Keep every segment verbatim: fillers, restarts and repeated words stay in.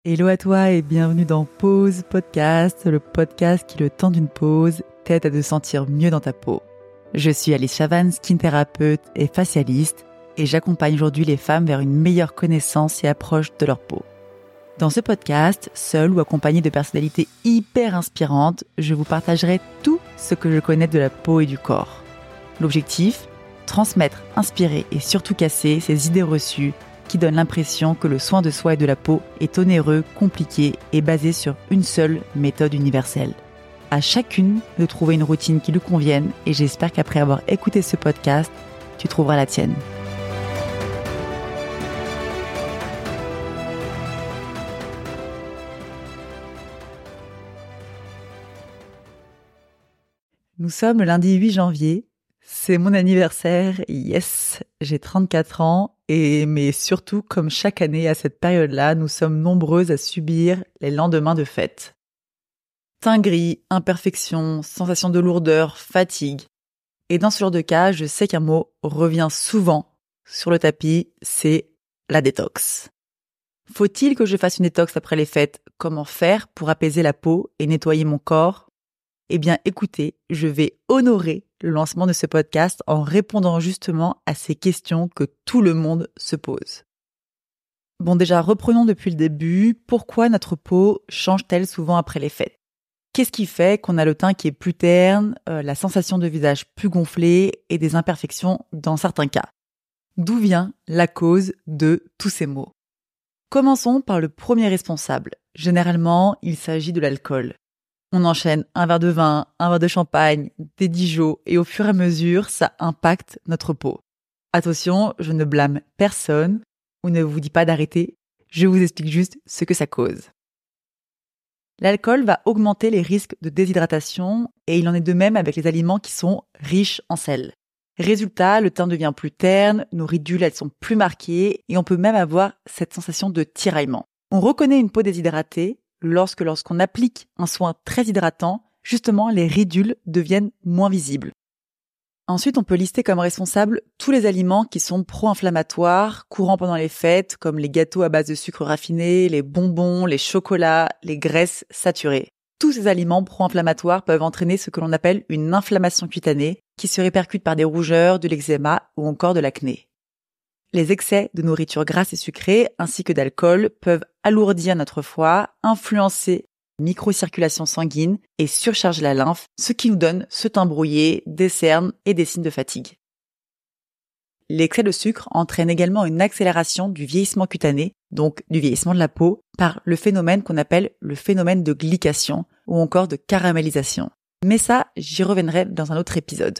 Hello à toi et bienvenue dans Pause Podcast, le podcast qui, le temps d'une pause, t'aide à te sentir mieux dans ta peau. Je suis Alice Chavannes, skin thérapeute et facialiste, et j'accompagne aujourd'hui les femmes vers une meilleure connaissance et approche de leur peau. Dans ce podcast, seule ou accompagnée de personnalités hyper inspirantes, je vous partagerai tout ce que je connais de la peau et du corps. L'objectif ? Transmettre, inspirer et surtout casser ces idées reçues qui donnent l'impression que le soin de soi et de la peau est onéreux, compliqué et basé sur une seule méthode universelle. À chacune de trouver une routine qui lui convienne et j'espère qu'après avoir écouté ce podcast, tu trouveras la tienne. Nous sommes le lundi huit janvier. C'est mon anniversaire, yes, j'ai trente-quatre ans, et mais surtout, comme chaque année à cette période-là, nous sommes nombreuses à subir les lendemains de fête. Teint gris, imperfection, sensation de lourdeur, fatigue. Et dans ce genre de cas, je sais qu'un mot revient souvent sur le tapis, c'est la détox. Faut-il que je fasse une détox après les fêtes ? Comment faire pour apaiser la peau et nettoyer mon corps ? Eh bien, écoutez, je vais honorer le lancement de ce podcast en répondant justement à ces questions que tout le monde se pose. Bon, déjà, reprenons depuis le début. Pourquoi notre peau change-t-elle souvent après les fêtes ? Qu'est-ce qui fait qu'on a le teint qui est plus terne, euh, la sensation de visage plus gonflé et des imperfections dans certains cas ? D'où vient la cause de tous ces maux ? Commençons par le premier responsable. Généralement, il s'agit de l'alcool. On enchaîne un verre de vin, un verre de champagne, des Dijon et au fur et à mesure, ça impacte notre peau. Attention, je ne blâme personne ou ne vous dis pas d'arrêter, je vous explique juste ce que ça cause. L'alcool va augmenter les risques de déshydratation et il en est de même avec les aliments qui sont riches en sel. Résultat, le teint devient plus terne, nos ridules elles sont plus marquées et on peut même avoir cette sensation de tiraillement. On reconnaît une peau déshydratée lorsque lorsqu'on applique un soin très hydratant, justement les ridules deviennent moins visibles. Ensuite, on peut lister comme responsables tous les aliments qui sont pro-inflammatoires, courants pendant les fêtes, comme les gâteaux à base de sucre raffiné, les bonbons, les chocolats, les graisses saturées. Tous ces aliments pro-inflammatoires peuvent entraîner ce que l'on appelle une inflammation cutanée, qui se répercute par des rougeurs, de l'eczéma ou encore de l'acné. Les excès de nourriture grasse et sucrée ainsi que d'alcool peuvent alourdir notre foie, influencer la microcirculation sanguine et surcharger la lymphe, ce qui nous donne ce teint brouillé, des cernes et des signes de fatigue. L'excès de sucre entraîne également une accélération du vieillissement cutané, donc du vieillissement de la peau, par le phénomène qu'on appelle le phénomène de glycation ou encore de caramélisation. Mais ça, j'y reviendrai dans un autre épisode.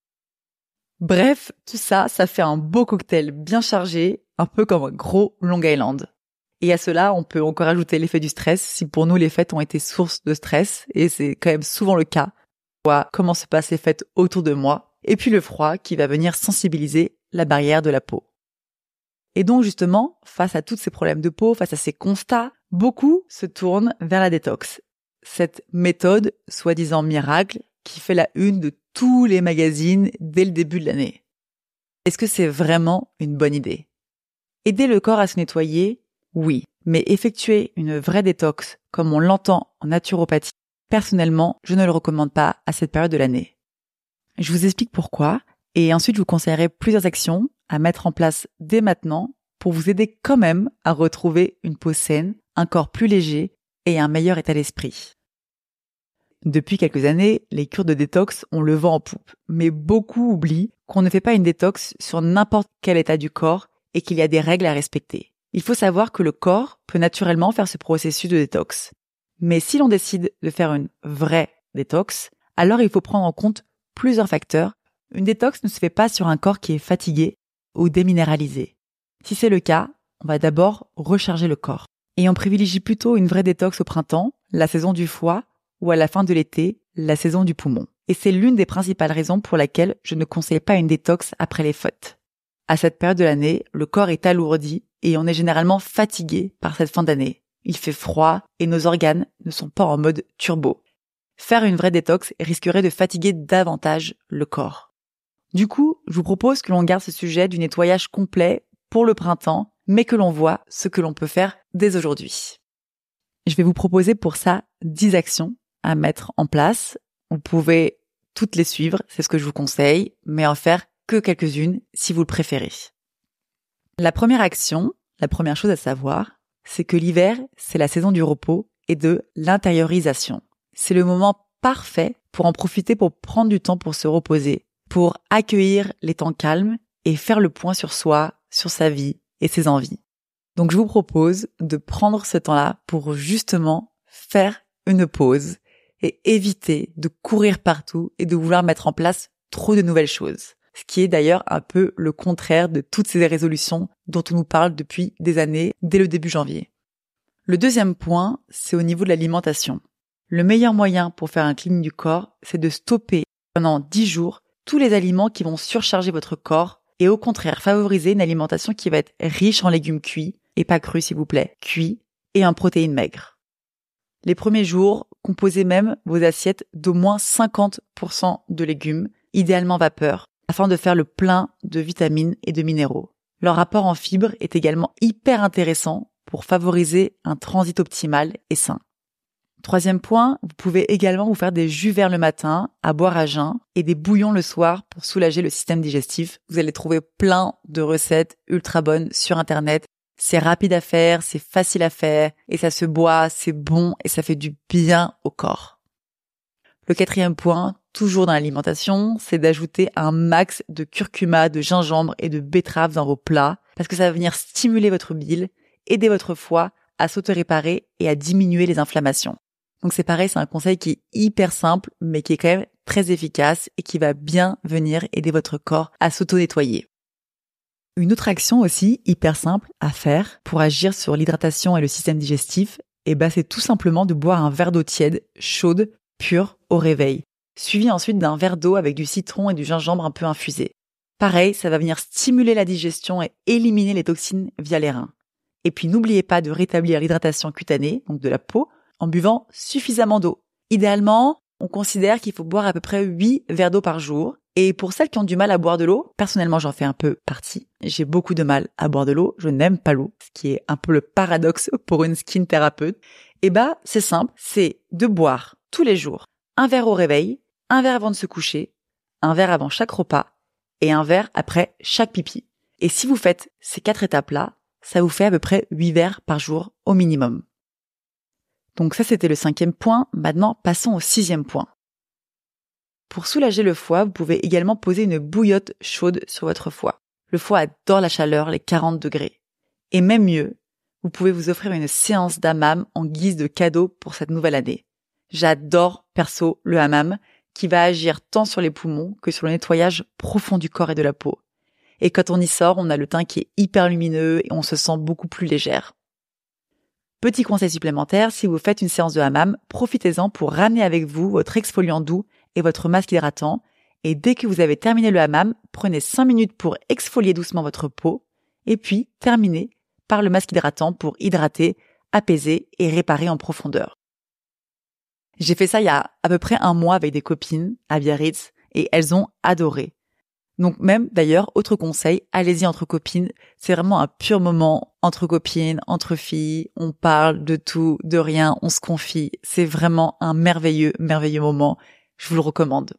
Bref, tout ça, ça fait un beau cocktail bien chargé, un peu comme un gros Long Island. Et à cela, on peut encore ajouter l'effet du stress, si pour nous les fêtes ont été source de stress, et c'est quand même souvent le cas. On voit comment se passent les fêtes autour de moi, et puis le froid qui va venir sensibiliser la barrière de la peau. Et donc justement, face à tous ces problèmes de peau, face à ces constats, beaucoup se tournent vers la détox. Cette méthode, soi-disant miracle, qui fait la une de tous les magazines dès le début de l'année. Est-ce que c'est vraiment une bonne idée ? Aider le corps à se nettoyer, oui, mais effectuer une vraie détox, comme on l'entend en naturopathie, personnellement, je ne le recommande pas à cette période de l'année. Je vous explique pourquoi, et ensuite je vous conseillerai plusieurs actions à mettre en place dès maintenant pour vous aider quand même à retrouver une peau saine, un corps plus léger et un meilleur état d'esprit. Depuis quelques années, les cures de détox ont le vent en poupe, mais beaucoup oublient qu'on ne fait pas une détox sur n'importe quel état du corps et qu'il y a des règles à respecter. Il faut savoir que le corps peut naturellement faire ce processus de détox. Mais si l'on décide de faire une vraie détox, alors il faut prendre en compte plusieurs facteurs. Une détox ne se fait pas sur un corps qui est fatigué ou déminéralisé. Si c'est le cas, on va d'abord recharger le corps. Et on privilégie plutôt une vraie détox au printemps, la saison du foie, ou à la fin de l'été, la saison du poumon. Et c'est l'une des principales raisons pour laquelle je ne conseille pas une détox après les fêtes. À cette période de l'année, le corps est alourdi et on est généralement fatigué par cette fin d'année. Il fait froid et nos organes ne sont pas en mode turbo. Faire une vraie détox risquerait de fatiguer davantage le corps. Du coup, je vous propose que l'on garde ce sujet du nettoyage complet pour le printemps, mais que l'on voit ce que l'on peut faire dès aujourd'hui. Je vais vous proposer pour ça dix actions à mettre en place. Vous pouvez toutes les suivre, c'est ce que je vous conseille, mais en faire que quelques-unes si vous le préférez. La première action, la première chose à savoir, c'est que l'hiver, c'est la saison du repos et de l'intériorisation. C'est le moment parfait pour en profiter pour prendre du temps pour se reposer, pour accueillir les temps calmes et faire le point sur soi, sur sa vie et ses envies. Donc je vous propose de prendre ce temps-là pour justement faire une pause et éviter de courir partout et de vouloir mettre en place trop de nouvelles choses. Ce qui est d'ailleurs un peu le contraire de toutes ces résolutions dont on nous parle depuis des années, dès le début janvier. Le deuxième point, c'est au niveau de l'alimentation. Le meilleur moyen pour faire un clean du corps, c'est de stopper pendant dix jours tous les aliments qui vont surcharger votre corps et au contraire favoriser une alimentation qui va être riche en légumes cuits, et pas crus s'il vous plaît, cuits et en protéines maigres. Les premiers jours, composez même vos assiettes d'au moins cinquante pour cent de légumes, idéalement vapeur, afin de faire le plein de vitamines et de minéraux. Leur apport en fibres est également hyper intéressant pour favoriser un transit optimal et sain. Troisième point, vous pouvez également vous faire des jus verts le matin, à boire à jeun, et des bouillons le soir pour soulager le système digestif. Vous allez trouver plein de recettes ultra bonnes sur Internet. C'est rapide à faire, c'est facile à faire, et ça se boit, c'est bon, et ça fait du bien au corps. Le quatrième point, toujours dans l'alimentation, c'est d'ajouter un max de curcuma, de gingembre et de betterave dans vos plats, parce que ça va venir stimuler votre bile, aider votre foie à s'auto-réparer et à diminuer les inflammations. Donc c'est pareil, c'est un conseil qui est hyper simple, mais qui est quand même très efficace et qui va bien venir aider votre corps à s'auto-nettoyer. Une autre action aussi hyper simple à faire pour agir sur l'hydratation et le système digestif, eh ben c'est tout simplement de boire un verre d'eau tiède, chaude, pure, au réveil, suivi ensuite d'un verre d'eau avec du citron et du gingembre un peu infusé. Pareil, ça va venir stimuler la digestion et éliminer les toxines via les reins. Et puis n'oubliez pas de rétablir l'hydratation cutanée, donc de la peau, en buvant suffisamment d'eau. Idéalement, on considère qu'il faut boire à peu près huit verres d'eau par jour. Et pour celles qui ont du mal à boire de l'eau, personnellement j'en fais un peu partie. J'ai beaucoup de mal à boire de l'eau, je n'aime pas l'eau, ce qui est un peu le paradoxe pour une skin thérapeute. Et bah c'est simple, c'est de boire tous les jours un verre au réveil, un verre avant de se coucher, un verre avant chaque repas et un verre après chaque pipi. Et si vous faites ces quatre étapes-là, ça vous fait à peu près huit verres par jour au minimum. Donc ça c'était le cinquième point, maintenant passons au sixième point. Pour soulager le foie, vous pouvez également poser une bouillotte chaude sur votre foie. Le foie adore la chaleur, les quarante degrés. Et même mieux, vous pouvez vous offrir une séance d'hammam en guise de cadeau pour cette nouvelle année. J'adore, perso, le hammam, qui va agir tant sur les poumons que sur le nettoyage profond du corps et de la peau. Et quand on y sort, on a le teint qui est hyper lumineux et on se sent beaucoup plus légère. Petit conseil supplémentaire, si vous faites une séance de hammam, profitez-en pour ramener avec vous votre exfoliant doux et votre masque hydratant. Et dès que vous avez terminé le hammam, prenez cinq minutes pour exfolier doucement votre peau et puis terminez par le masque hydratant pour hydrater, apaiser et réparer en profondeur. J'ai fait ça il y a à peu près un mois avec des copines à Biarritz et elles ont adoré. Donc même d'ailleurs, autre conseil, allez-y entre copines, c'est vraiment un pur moment entre copines, entre filles, on parle de tout, de rien, on se confie, c'est vraiment un merveilleux, merveilleux moment, je vous le recommande.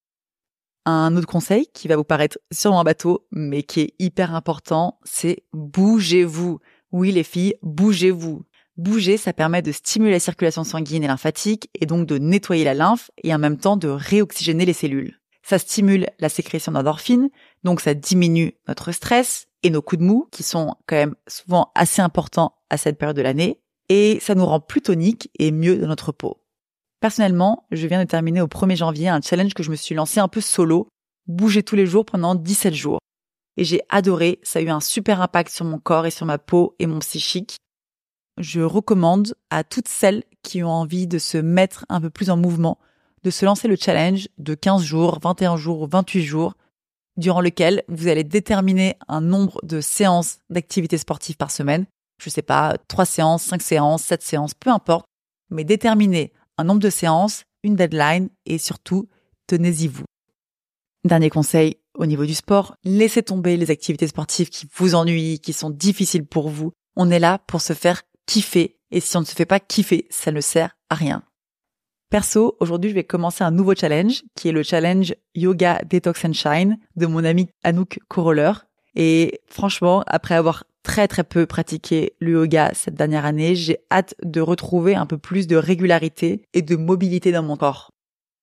Un autre conseil qui va vous paraître sûrement bateau, mais qui est hyper important, c'est bougez-vous. Oui les filles, bougez-vous. Bouger, ça permet de stimuler la circulation sanguine et lymphatique et donc de nettoyer la lymphe et en même temps de réoxygéner les cellules. Ça stimule la sécrétion d'endorphines, donc ça diminue notre stress et nos coups de mou, qui sont quand même souvent assez importants à cette période de l'année, et ça nous rend plus toniques et mieux dans notre peau. Personnellement, je viens de terminer au premier janvier un challenge que je me suis lancé un peu solo, bouger tous les jours pendant dix-sept jours. Et j'ai adoré, ça a eu un super impact sur mon corps et sur ma peau et mon psychique. Je recommande à toutes celles qui ont envie de se mettre un peu plus en mouvement, de se lancer le challenge de quinze jours, vingt et un jours ou vingt-huit jours, durant lequel vous allez déterminer un nombre de séances d'activité sportive par semaine. Je sais pas, trois séances, cinq séances, sept séances, peu importe. Mais déterminez un nombre de séances, une deadline et surtout, tenez-y vous. Dernier conseil au niveau du sport, laissez tomber les activités sportives qui vous ennuient, qui sont difficiles pour vous. On est là pour se faire kiffer Et si on ne se fait pas kiffer, ça ne sert à rien. Perso, aujourd'hui, je vais commencer un nouveau challenge qui est le challenge Yoga Detox and Shine de mon ami Anouk Coroller. Et franchement, après avoir très très peu pratiqué le yoga cette dernière année, j'ai hâte de retrouver un peu plus de régularité et de mobilité dans mon corps.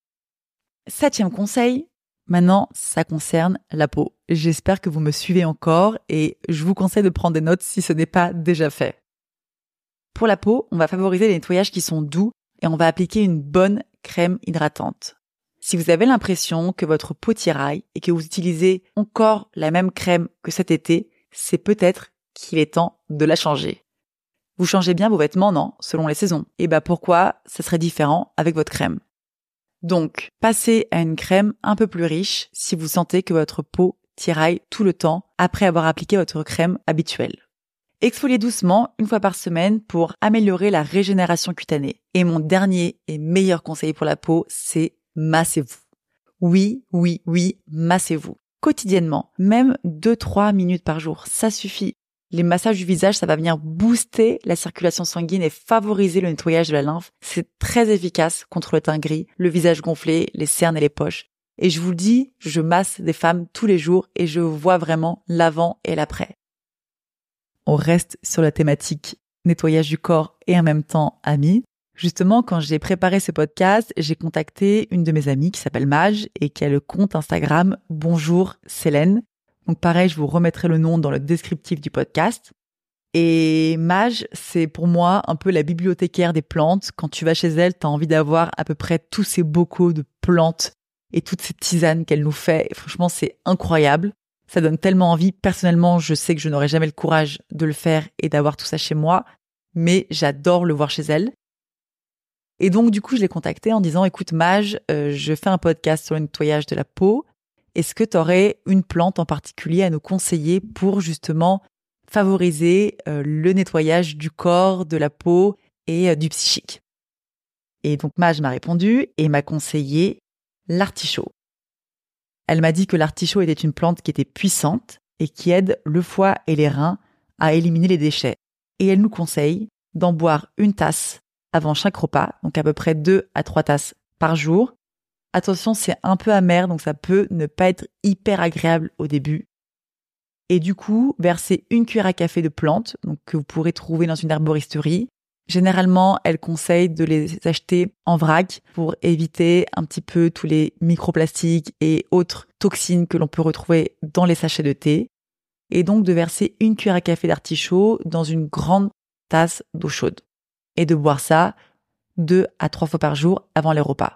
Septième conseil, maintenant, ça concerne la peau. J'espère que vous me suivez encore et je vous conseille de prendre des notes si ce n'est pas déjà fait. Pour la peau, on va favoriser les nettoyages qui sont doux et on va appliquer une bonne crème hydratante. Si vous avez l'impression que votre peau tiraille et que vous utilisez encore la même crème que cet été, c'est peut-être qu'il est temps de la changer. Vous changez bien vos vêtements, non, selon les saisons. Et bah pourquoi ça serait différent avec votre crème? Donc, passez à une crème un peu plus riche si vous sentez que votre peau tiraille tout le temps après avoir appliqué votre crème habituelle. Exfoliez doucement une fois par semaine pour améliorer la régénération cutanée. Et mon dernier et meilleur conseil pour la peau, c'est massez-vous. Oui, oui, oui, massez-vous. Quotidiennement, même deux à trois minutes par jour, ça suffit. Les massages du visage, ça va venir booster la circulation sanguine et favoriser le nettoyage de la lymphe. C'est très efficace contre le teint gris, le visage gonflé, les cernes et les poches. Et je vous le dis, je masse des femmes tous les jours et je vois vraiment l'avant et l'après. On reste sur la thématique nettoyage du corps et en même temps amis. Justement, quand j'ai préparé ce podcast, j'ai contacté une de mes amies qui s'appelle Maj et qui a le compte Instagram Bonjour Célène. Donc pareil, je vous remettrai le nom dans le descriptif du podcast. Et Maj, c'est pour moi un peu la bibliothécaire des plantes. Quand tu vas chez elle, tu as envie d'avoir à peu près tous ces bocaux de plantes et toutes ces tisanes qu'elle nous fait. Et franchement, c'est incroyable. Ça donne tellement envie. Personnellement, je sais que je n'aurai jamais le courage de le faire et d'avoir tout ça chez moi, mais j'adore le voir chez elle. Et donc, du coup, je l'ai contactée en disant, écoute, Maj, euh, je fais un podcast sur le nettoyage de la peau. Est-ce que tu aurais une plante en particulier à nous conseiller pour justement favoriser euh, le nettoyage du corps, de la peau et euh, du psychique? Et donc, Maj m'a répondu et m'a conseillé l'artichaut. Elle m'a dit que l'artichaut était une plante qui était puissante et qui aide le foie et les reins à éliminer les déchets. Et elle nous conseille d'en boire une tasse avant chaque repas, donc à peu près deux à trois tasses par jour. Attention, c'est un peu amer, donc ça peut ne pas être hyper agréable au début. Et du coup, versez une cuillère à café de plantes, donc que vous pourrez trouver dans une herboristerie. Généralement, elle conseille de les acheter en vrac pour éviter un petit peu tous les microplastiques et autres toxines que l'on peut retrouver dans les sachets de thé. Et donc de verser une cuillère à café d'artichaut dans une grande tasse d'eau chaude. Et de boire ça deux à trois fois par jour avant les repas.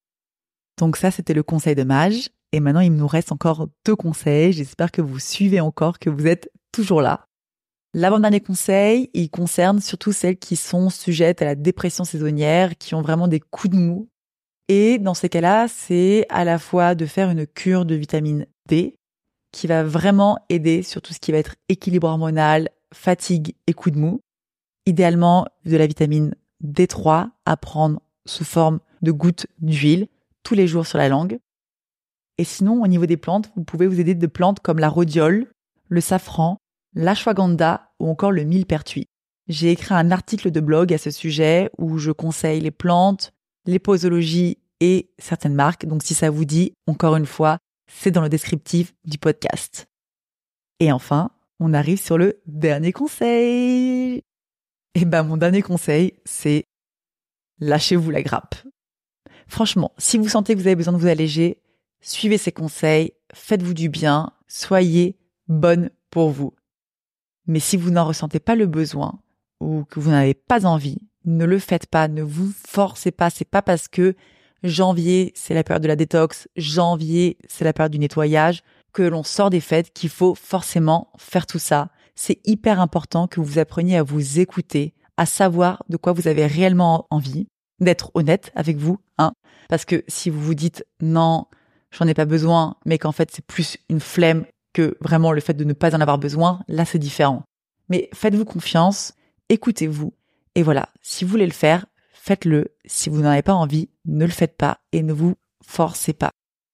Donc ça, c'était le conseil de Maj. Et maintenant, il nous reste encore deux conseils. J'espère que vous suivez encore, que vous êtes toujours là. L'avant-dernier conseil, il concerne surtout celles qui sont sujettes à la dépression saisonnière, qui ont vraiment des coups de mou. Et dans ces cas-là, c'est à la fois de faire une cure de vitamine D, qui va vraiment aider sur tout ce qui va être équilibre hormonal, fatigue et coups de mou. Idéalement, de la vitamine D trois à prendre sous forme de gouttes d'huile tous les jours sur la langue. Et sinon, au niveau des plantes, vous pouvez vous aider de plantes comme la rhodiole, le safran, l'ashwagandha ou encore le millepertuis. J'ai écrit un article de blog à ce sujet où je conseille les plantes, les posologies et certaines marques. Donc si ça vous dit, encore une fois, c'est dans le descriptif du podcast. Et enfin, on arrive sur le dernier conseil. Et ben mon dernier conseil, c'est lâchez-vous la grappe. Franchement, si vous sentez que vous avez besoin de vous alléger, suivez ces conseils, faites-vous du bien, soyez bonne pour vous. Mais si vous n'en ressentez pas le besoin ou que vous n'avez pas envie, ne le faites pas, ne vous forcez pas. C'est pas parce que janvier, c'est la période de la détox, janvier, c'est la période du nettoyage, que l'on sort des fêtes qu'il faut forcément faire tout ça. C'est hyper important que vous appreniez à vous écouter, à savoir de quoi vous avez réellement envie, d'être honnête avec vous, hein. Parce que si vous vous dites non, j'en ai pas besoin, mais qu'en fait c'est plus une flemme que vraiment le fait de ne pas en avoir besoin, là c'est différent. Mais faites-vous confiance, écoutez-vous, et voilà, si vous voulez le faire, faites-le. Si vous n'en avez pas envie, ne le faites pas et ne vous forcez pas.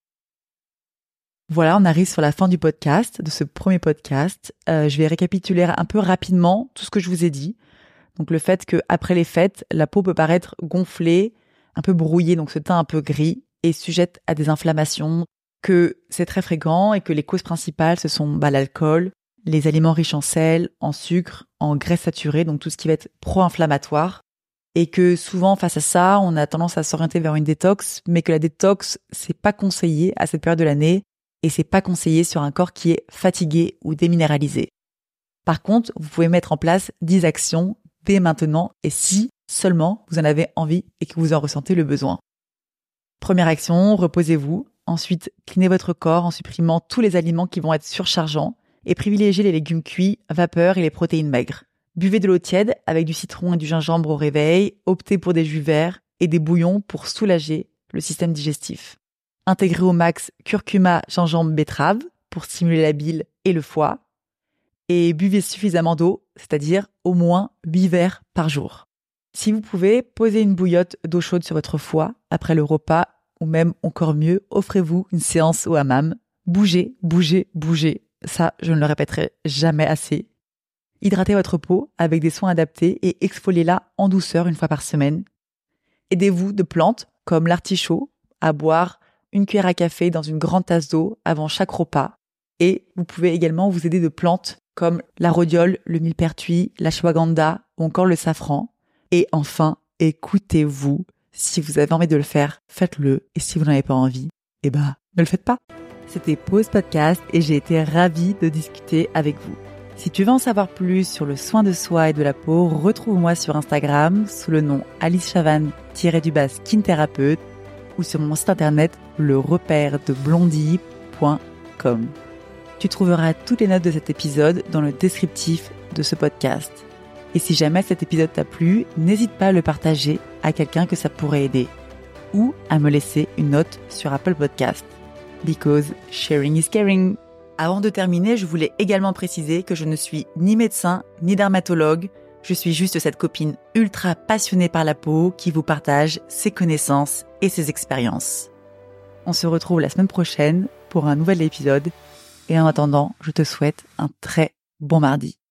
Voilà, on arrive sur la fin du podcast, de ce premier podcast. Euh, je vais récapituler un peu rapidement tout ce que je vous ai dit. Donc le fait qu'après les fêtes, la peau peut paraître gonflée, un peu brouillée, donc ce teint un peu gris, et sujette à des inflammations, que c'est très fréquent et que les causes principales, ce sont bah, l'alcool, les aliments riches en sel, en sucre, en graisse saturée, donc tout ce qui va être pro-inflammatoire. Et que souvent, face à ça, on a tendance à s'orienter vers une détox, mais que la détox, c'est pas conseillé à cette période de l'année et c'est pas conseillé sur un corps qui est fatigué ou déminéralisé. Par contre, vous pouvez mettre en place dix actions dès maintenant et si seulement vous en avez envie et que vous en ressentez le besoin. Première action, reposez-vous. Ensuite, cleanez votre corps en supprimant tous les aliments qui vont être surchargeants et privilégiez les légumes cuits, vapeur et les protéines maigres. Buvez de l'eau tiède avec du citron et du gingembre au réveil, optez pour des jus verts et des bouillons pour soulager le système digestif. Intégrez au max curcuma, gingembre, betterave pour stimuler la bile et le foie. Et buvez suffisamment d'eau, c'est-à-dire au moins huit verres par jour. Si vous pouvez, posez une bouillotte d'eau chaude sur votre foie après le repas ou même encore mieux, offrez-vous une séance au hammam. Bougez, bougez, bougez. Ça, je ne le répéterai jamais assez. Hydratez votre peau avec des soins adaptés et exfoliez-la en douceur une fois par semaine. Aidez-vous de plantes comme l'artichaut à boire une cuillère à café dans une grande tasse d'eau avant chaque repas. Et vous pouvez également vous aider de plantes comme la rhodiole, le millepertuis, l'ashwagandha ou encore le safran. Et enfin, écoutez-vous. Si vous avez envie de le faire, faites-le. Et si vous n'en avez pas envie, eh ben, ne le faites pas. C'était Pause Podcast et j'ai été ravie de discuter avec vous. Si tu veux en savoir plus sur le soin de soi et de la peau, retrouve-moi sur Instagram sous le nom alice chavanne-du-bas skin thérapeute ou sur mon site internet le repère de blondie point com. Tu trouveras toutes les notes de cet épisode dans le descriptif de ce podcast. Et si jamais cet épisode t'a plu, n'hésite pas à le partager à quelqu'un que ça pourrait aider ou à me laisser une note sur Apple Podcast. Because sharing is caring. Avant de terminer, je voulais également préciser que je ne suis ni médecin ni dermatologue. Je suis juste cette copine ultra passionnée par la peau qui vous partage ses connaissances et ses expériences. On se retrouve la semaine prochaine pour un nouvel épisode. Et en attendant, je te souhaite un très bon mardi.